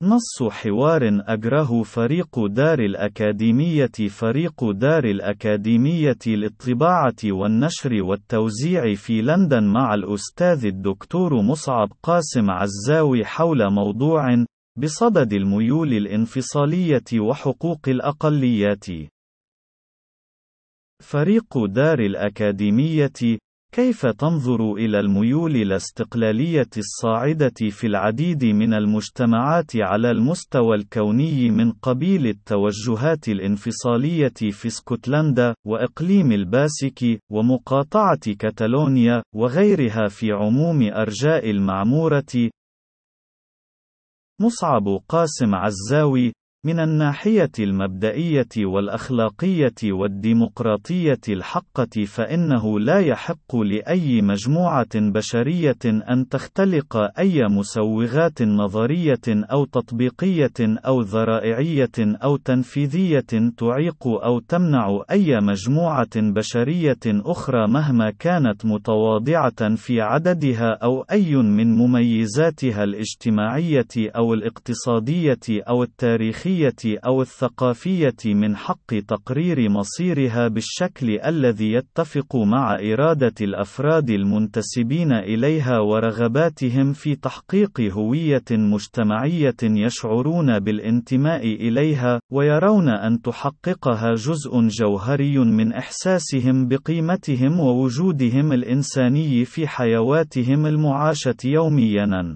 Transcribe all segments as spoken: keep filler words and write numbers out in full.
نص حوار أجره فريق دار الأكاديمية فريق دار الأكاديمية للطباعة والنشر والتوزيع في لندن مع الأستاذ الدكتور مصعب قاسم عزاوي حول موضوع بصدد الميول الانفصالية وحقوق الأقليات. فريق دار الأكاديمية: كيف تنظر إلى الميول الاستقلالية الصاعدة في العديد من المجتمعات على المستوى الكوني من قبيل التوجهات الانفصالية في اسكتلندا، وإقليم الباسك، ومقاطعة كتالونيا، وغيرها في عموم أرجاء المعمورة؟ مصعب قاسم عزاوي: من الناحية المبدئية والأخلاقية والديمقراطية الحقة، فإنه لا يحق لأي مجموعة بشرية أن تختلق أي مسوغات نظرية أو تطبيقية أو ذرائعية أو تنفيذية تعيق أو تمنع أي مجموعة بشرية أخرى مهما كانت متواضعة في عددها أو أي من مميزاتها الاجتماعية أو الاقتصادية أو التاريخية أو الثقافية من حق تقرير مصيرها بالشكل الذي يتفق مع إرادة الأفراد المنتسبين إليها ورغباتهم في تحقيق هوية مجتمعية يشعرون بالانتماء إليها، ويرون أن تحققها جزء جوهري من إحساسهم بقيمتهم ووجودهم الإنساني في حيواتهم المعاشة يومياً.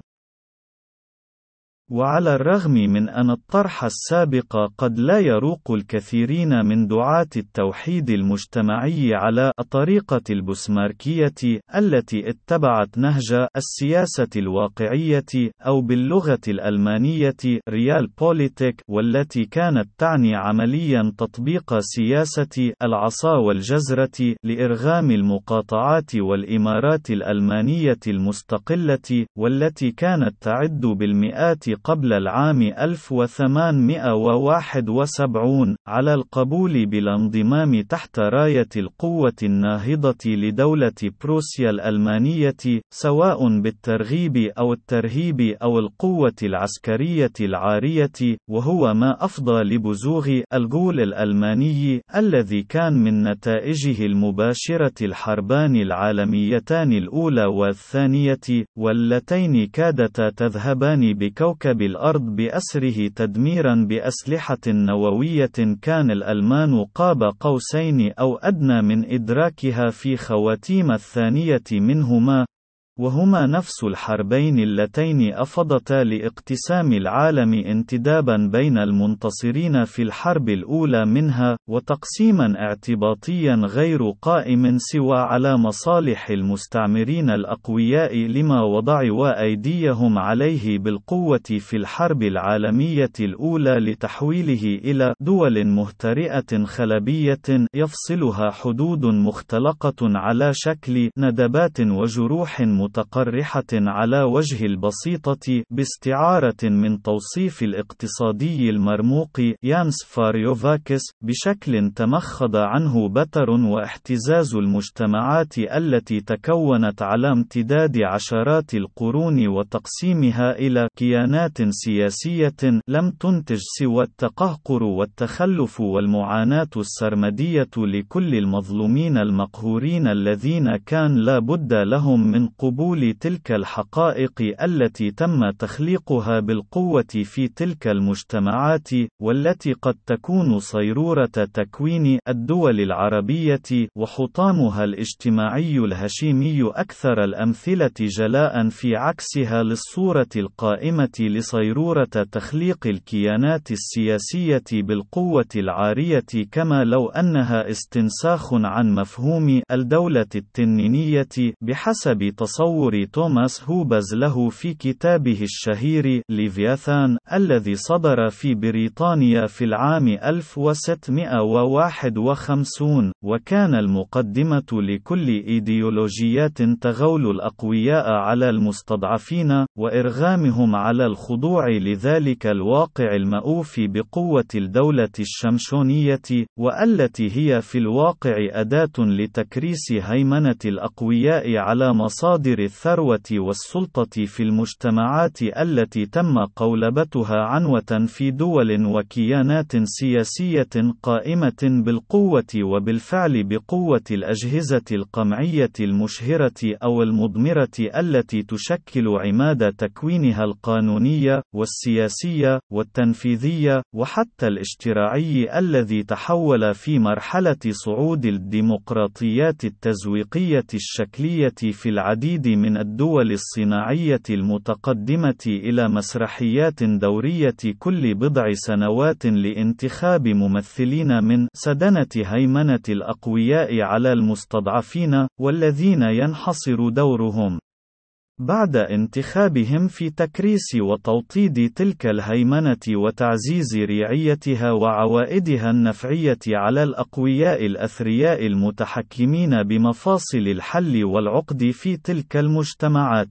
وعلى الرغم من أن الطرح السابق قد لا يروق الكثيرين من دعاة التوحيد المجتمعي على الطريقة البسماركية التي اتبعت نهج السياسة الواقعية، أو باللغة الألمانية ريال بوليتيك، والتي كانت تعني عمليا تطبيق سياسة العصا والجزرة لإرغام المقاطعات والإمارات الألمانية المستقلة، والتي كانت تعد بالمئات قبل العام ألف وثمانمئة وواحد وسبعين على القبول بالانضمام تحت راية القوة الناهضة لدولة بروسيا الألمانية، سواء بالترغيب أو الترهيب أو القوة العسكرية العارية، وهو ما أفضى لبزوغ الغول الألماني الذي كان من نتائجه المباشرة الحربان العالميتان الأولى والثانية، واللتين كادتا تذهبان بكوكب الأرض بأسره تدميرا بأسلحة نووية كان الألمان قاب قوسين أو أدنى من إدراكها في خواتيم الثانية منهما، وهما نفس الحربين اللتين أفضتا لاقتسام العالم انتدابا بين المنتصرين في الحرب الأولى منها، وتقسيما اعتباطيا غير قائم سوى على مصالح المستعمرين الأقوياء لما وضعوا أيديهم عليه بالقوة في الحرب العالمية الأولى لتحويله إلى دول مهترئة خلبية يفصلها حدود مختلقة على شكل ندبات وجروح متقرحة على وجه البسيطة، باستعارة من توصيف الاقتصادي المرموق يانس فاريوفاكس، بشكل تمخض عنه بتر واحتزاز المجتمعات التي تكونت على امتداد عشرات القرون وتقسيمها إلى كيانات سياسية لم تنتج سوى التقهقر والتخلف والمعاناة السرمدية لكل المظلومين المقهورين الذين كان لا بد لهم من قبول تلك الحقائق التي تم تخليقها بالقوة في تلك المجتمعات، والتي قد تكون صيرورة تكوين الدول العربية وحطامها الاجتماعي الهشيمي أكثر الأمثلة جلاء في عكسها للصورة القائمة لصيرورة تخليق الكيانات السياسية بالقوة العارية، كما لو أنها استنساخ عن مفهوم الدولة التنينية بحسب تصور توماس هوبز له في كتابه الشهير ليفياثان الذي صدر في بريطانيا في العام ألف وستمئة وواحد وخمسين، وكان المقدمة لكل إيديولوجيات تغول الأقوياء على المستضعفين وإرغامهم على الخضوع لذلك الواقع المأوف بقوة الدولة الشمشونية، والتي هي في الواقع أداة لتكريس هيمنة الأقوياء على مصادر مصادر الثروة والسلطة في المجتمعات التي تم قولبتها عنوة في دول وكيانات سياسية قائمة بالقوة وبالفعل بقوة الأجهزة القمعية المشهرة أو المضمرة التي تشكل عماد تكوينها القانونية والسياسية والتنفيذية وحتى الاشتراعي الذي تحول في مرحلة صعود الديمقراطيات التزويقية الشكلية في العديد من الدول الصناعية المتقدمة إلى مسرحيات دورية كل بضع سنوات لانتخاب ممثلين من سدنة هيمنة الأقوياء على المستضعفين، والذين ينحصر دورهم بعد انتخابهم في تكريس وتوطيد تلك الهيمنة وتعزيز رعيتها وعوائدها النفعية على الأقوياء الأثرياء المتحكمين بمفاصل الحل والعقد في تلك المجتمعات.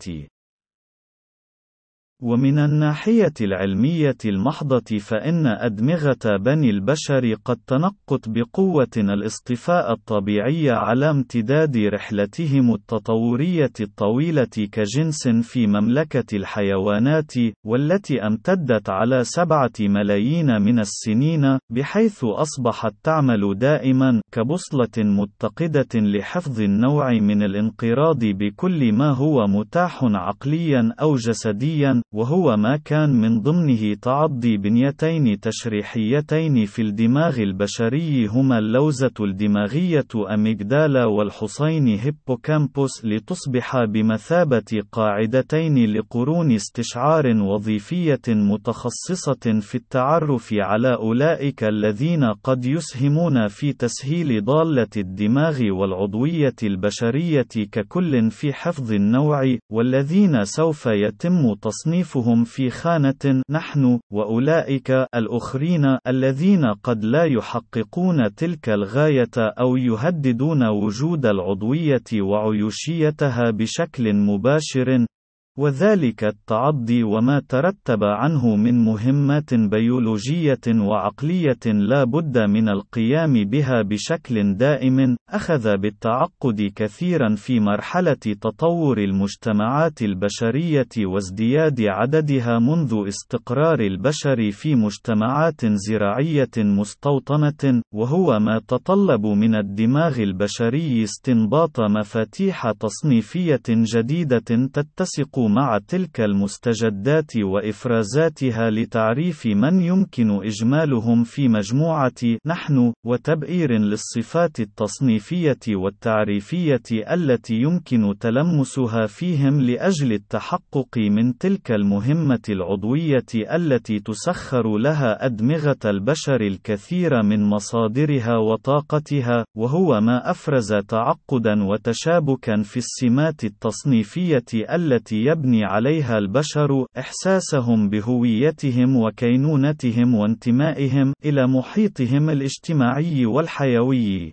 ومن الناحية العلمية المحضة فإن أدمغة بني البشر قد تنقت بقوة الاصطفاء الطبيعي على امتداد رحلتهم التطورية الطويلة كجنس في مملكة الحيوانات، والتي امتدت على سبعة ملايين من السنين، بحيث أصبحت تعمل دائما كبوصلة متقدة لحفظ النوع من الانقراض بكل ما هو متاح عقليا أو جسديا، وهو ما كان من ضمنه تعضي بنيتين تشريحيتين في الدماغ البشري هما اللوزة الدماغية أميجدالا والحصين هيبوكامبوس، لتصبح بمثابة قاعدتين لقرون استشعار وظيفية متخصصة في التعرف على أولئك الذين قد يسهمون في تسهيل ضالة الدماغ والعضوية البشرية ككل في حفظ النوع، والذين سوف يتم تصنيفهم في خانة نحن وأولئك الآخرين الذين قد لا يحققون تلك الغاية أو يهددون وجود العضوية وعيوشيتها بشكل مباشر، وذلك التعضي وما ترتب عنه من مهمات بيولوجية وعقلية لا بد من القيام بها بشكل دائم، أخذ بالتعقد كثيرا في مرحلة تطور المجتمعات البشرية وازدياد عددها منذ استقرار البشر في مجتمعات زراعية مستوطنة، وهو ما تطلب من الدماغ البشري استنباط مفاتيح تصنيفية جديدة تتسق مع تلك المستجدات وإفرازاتها لتعريف من يمكن إجمالهم في مجموعة نحن، وتبئير للصفات التصنيفية والتعريفية التي يمكن تلمسها فيهم لأجل التحقق من تلك المهمة العضوية التي تسخر لها أدمغة البشر الكثير من مصادرها وطاقتها، وهو ما أفرز تعقدا وتشابكا في السمات التصنيفية التي يبني عليها البشر إحساسهم بهويتهم وكينونتهم وانتمائهم إلى محيطهم الاجتماعي والحيوي.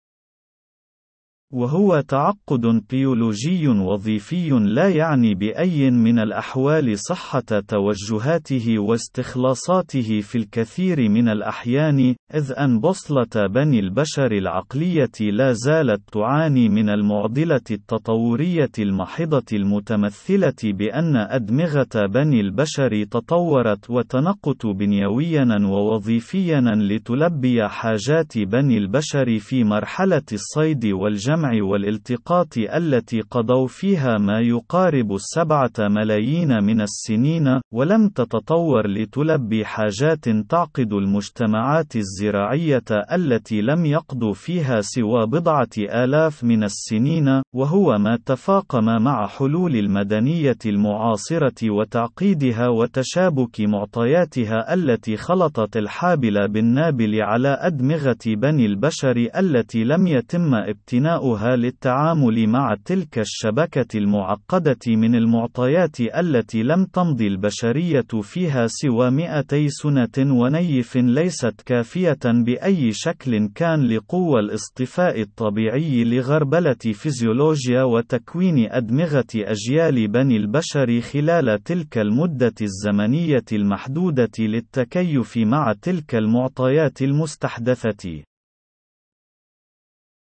وهو تعقد بيولوجي وظيفي لا يعني بأي من الأحوال صحة توجهاته واستخلاصاته في الكثير من الأحيان، إذ أن بوصلة بني البشر العقلية لا زالت تعاني من المعضلة التطورية المحضة المتمثلة بأن أدمغة بني البشر تطورت وتنقت بنيويا ووظيفيا لتلبي حاجات بني البشر في مرحلة الصيد والجمع والالتقاط التي قضوا فيها ما يقارب السبعة ملايين من السنين، ولم تتطور لتلبي حاجات تعقد المجتمعات الزراعية التي لم يقضوا فيها سوى بضعة آلاف من السنين، وهو ما تفاقم مع حلول المدنية المعاصرة وتعقيدها وتشابك معطياتها التي خلطت الحابل بالنابل على أدمغة بني البشر التي لم يتم ابتناؤها للتعامل مع تلك الشبكة المعقدة من المعطيات التي لم تمضي البشرية فيها سوى مئتي سنة ونيف ليست كافية بأي شكل كان لقوى الاصطفاء الطبيعي لغربلة فيزيولوجيا وتكوين أدمغة أجيال بني البشر خلال تلك المدة الزمنية المحدودة للتكيف مع تلك المعطيات المستحدثة.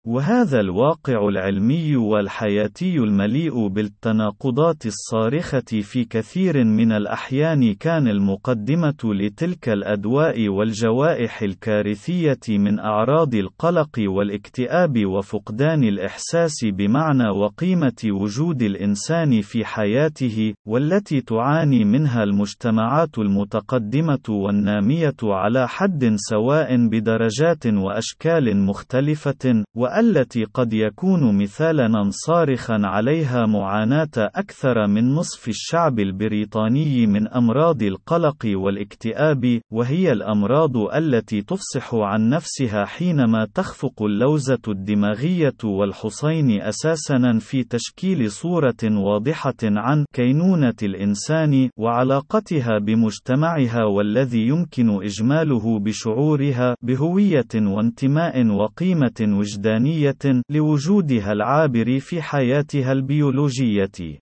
وهذا الواقع العلمي والحياتي المليء بالتناقضات الصارخة في كثير من الأحيان كان المقدمة لتلك الأدواء والجوائح الكارثية من أعراض القلق والاكتئاب وفقدان الإحساس بمعنى وقيمة وجود الإنسان في حياته، والتي تعاني منها المجتمعات المتقدمة والنامية على حد سواء بدرجات وأشكال مختلفة، والتي قد يكون مثالاً صارخاً عليها معاناة أكثر من نصف الشعب البريطاني من أمراض القلق والاكتئاب، وهي الأمراض التي تفصح عن نفسها حينما تخفق اللوزة الدماغية والحصين أساساً في تشكيل صورة واضحة عن كينونة الإنسان وعلاقتها بمجتمعها، والذي يمكن إجماله بشعورها بهوية وانتماء وقيمة وجدانية لوجودها العابر في حياتها البيولوجية.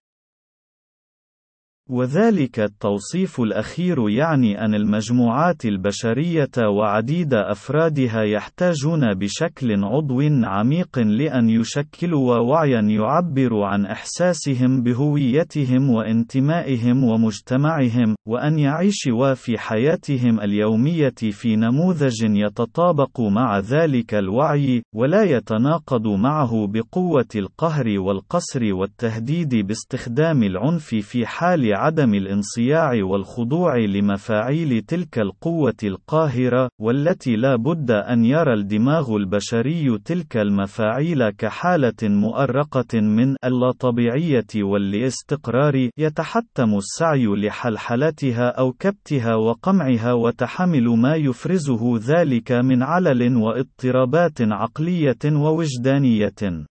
وذلك التوصيف الأخير يعني أن المجموعات البشرية وعديد أفرادها يحتاجون بشكل عضو عميق لأن يشكلوا وعيا يعبر عن إحساسهم بهويتهم وانتمائهم ومجتمعهم، وأن يعيشوا في حياتهم اليومية في نموذج يتطابق مع ذلك الوعي، ولا يتناقض معه بقوة القهر والقسر والتهديد باستخدام العنف في حال عدم الانصياع والخضوع لمفاعيل تلك القوة القاهرة، والتي لا بد أن يرى الدماغ البشري تلك المفاعيل كحالة مؤرقة من اللطبيعية والاستقرار يتحتم السعي لحلحلتها أو كبتها وقمعها وتحمل ما يفرزه ذلك من علل واضطرابات عقلية ووجدانية.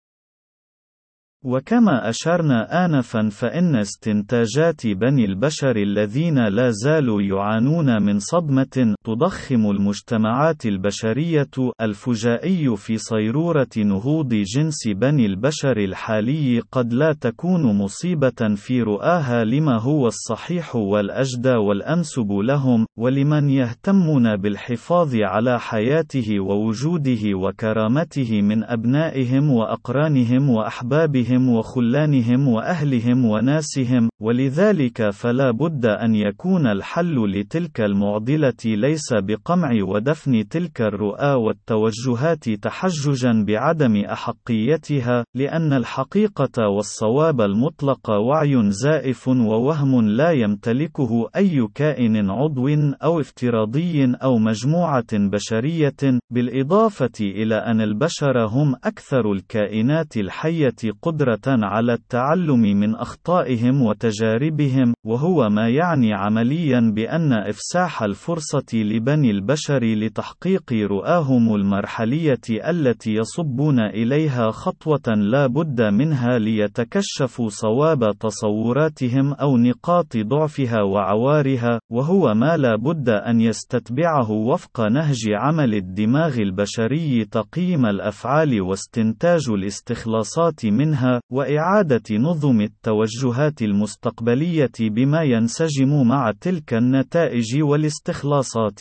وكما أشرنا آنفا فإن استنتاجات بني البشر الذين لا زالوا يعانون من صدمة تضخم المجتمعات البشرية الفجائي في صيرورة نهوض جنس بني البشر الحالي قد لا تكون مصيبة في رؤاها لما هو الصحيح والأجدى والأنسب لهم، ولمن يهتمون بالحفاظ على حياته ووجوده وكرامته من أبنائهم وأقرانهم وأحبابهم وخلانهم وأهلهم وناسهم. ولذلك فلا بد أن يكون الحل لتلك المعضلة ليس بقمع ودفن تلك الرؤى والتوجهات تحججا بعدم أحقيتها، لأن الحقيقة والصواب المطلق وعي زائف ووهم لا يمتلكه أي كائن عضو أو افتراضي أو مجموعة بشرية، بالإضافة إلى أن البشر هم أكثر الكائنات الحية قدرة على التعلم من أخطائهم وتجاربهم، وهو ما يعني عمليا بأن إفساح الفرصة لبني البشر لتحقيق رؤاهم المرحلية التي يصبون إليها خطوة لا بد منها ليتكشفوا صواب تصوراتهم أو نقاط ضعفها وعوارها، وهو ما لا بد أن يستتبعه وفق نهج عمل الدماغ البشري تقييم الأفعال واستنتاج الاستخلاصات منها، وإعادة نظم التوجهات المستقبلية بما ينسجم مع تلك النتائج والاستخلاصات.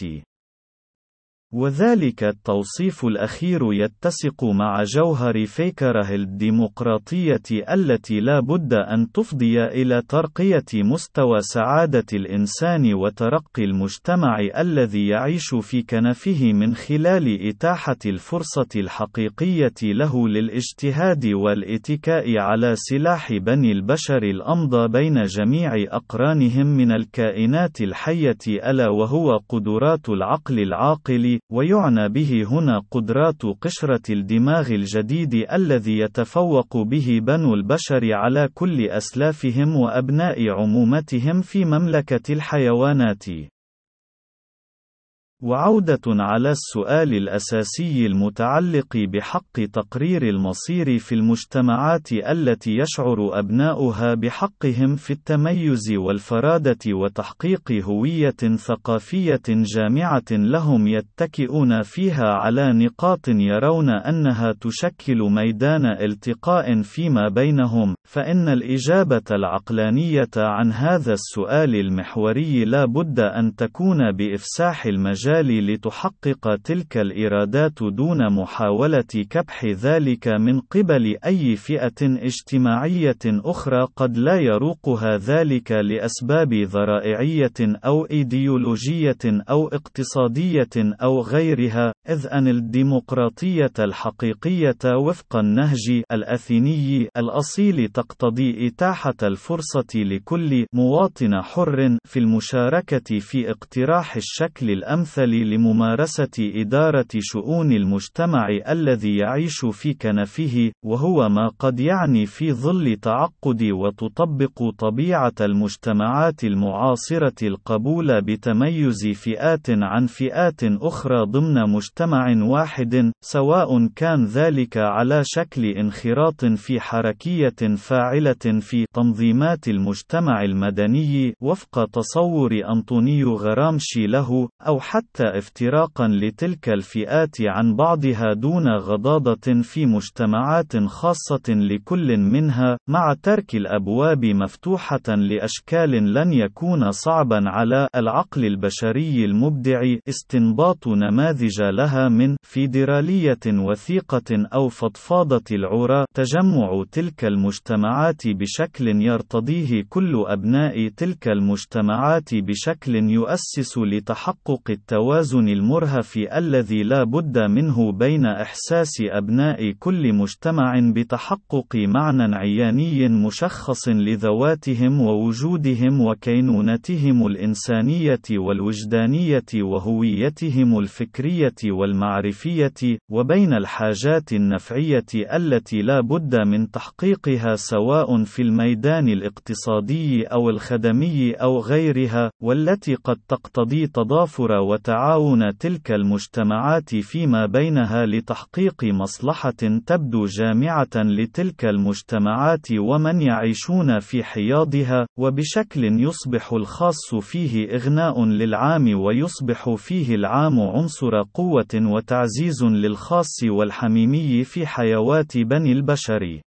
وذلك التوصيف الأخير يتسق مع جوهر فكره الديمقراطية التي لا بد أن تفضي إلى ترقية مستوى سعادة الإنسان وترقي المجتمع الذي يعيش في كنفه من خلال إتاحة الفرصة الحقيقية له للاجتهاد والاتكاء على سلاح بني البشر الأمضى بين جميع أقرانهم من الكائنات الحية، ألا وهو قدرات العقل العاقل، ويعنى به هنا قدرات قشرة الدماغ الجديد الذي يتفوق به بنو البشر على كل أسلافهم وأبناء عمومتهم في مملكة الحيوانات. وعودة على السؤال الأساسي المتعلق بحق تقرير المصير في المجتمعات التي يشعر أبناؤها بحقهم في التميز والفرادة وتحقيق هوية ثقافية جامعة لهم يتكئون فيها على نقاط يرون أنها تشكل ميدان التقاء فيما بينهم، فإن الإجابة العقلانية عن هذا السؤال المحوري لا بد أن تكون بإفساح المجال المجال لتحقق تلك الإرادات دون محاولة كبح ذلك من قبل أي فئة اجتماعية أخرى قد لا يروقها ذلك لأسباب ذرائعية أو إيديولوجية أو اقتصادية أو غيرها، إذ أن الديمقراطية الحقيقية وفق النهج الأثيني الأصيل تقتضي إتاحة الفرصة لكل مواطن حر في المشاركة في اقتراح الشكل الأمثل لممارسة إدارة شؤون المجتمع الذي يعيش في كنفه، وهو ما قد يعني في ظل تعقد وتطبق طبيعة المجتمعات المعاصرة القبول بتميز فئات عن فئات أخرى ضمن مجتمع واحد، سواء كان ذلك على شكل انخراط في حركية فاعلة في تنظيمات المجتمع المدني وفق تصور أنطونيو غرامشي له، أو حتى افتراقا لتلك الفئات عن بعضها دون غضاضة في مجتمعات خاصة لكل منها، مع ترك الأبواب مفتوحة لأشكال لن يكون صعبا على العقل البشري المبدع استنباط نماذج لها من فيدرالية وثيقة أو فضفاضة العرى، تجمع تلك المجتمعات بشكل يرتضيه كل أبناء تلك المجتمعات بشكل يؤسس لتحقق التوازن المرهف الذي لا بد منه بين إحساس أبناء كل مجتمع بتحقق معنى عياني مشخص لذواتهم ووجودهم وكينونتهم الإنسانية والوجدانية وهويتهم الفكرية والمعرفية، وبين الحاجات النفعية التي لا بد من تحقيقها سواء في الميدان الاقتصادي أو الخدمي أو غيرها، والتي قد تقتضي تضافر وتعاون تلك المجتمعات فيما بينها لتحقيق مصلحة تبدو جامعة لتلك المجتمعات ومن يعيشون في حياضها، وبشكل يصبح الخاص فيه إغناء للعام ويصبح فيه العام عنصر قوة وتعزيز للخاص والحميمي في حيوات بني البشر.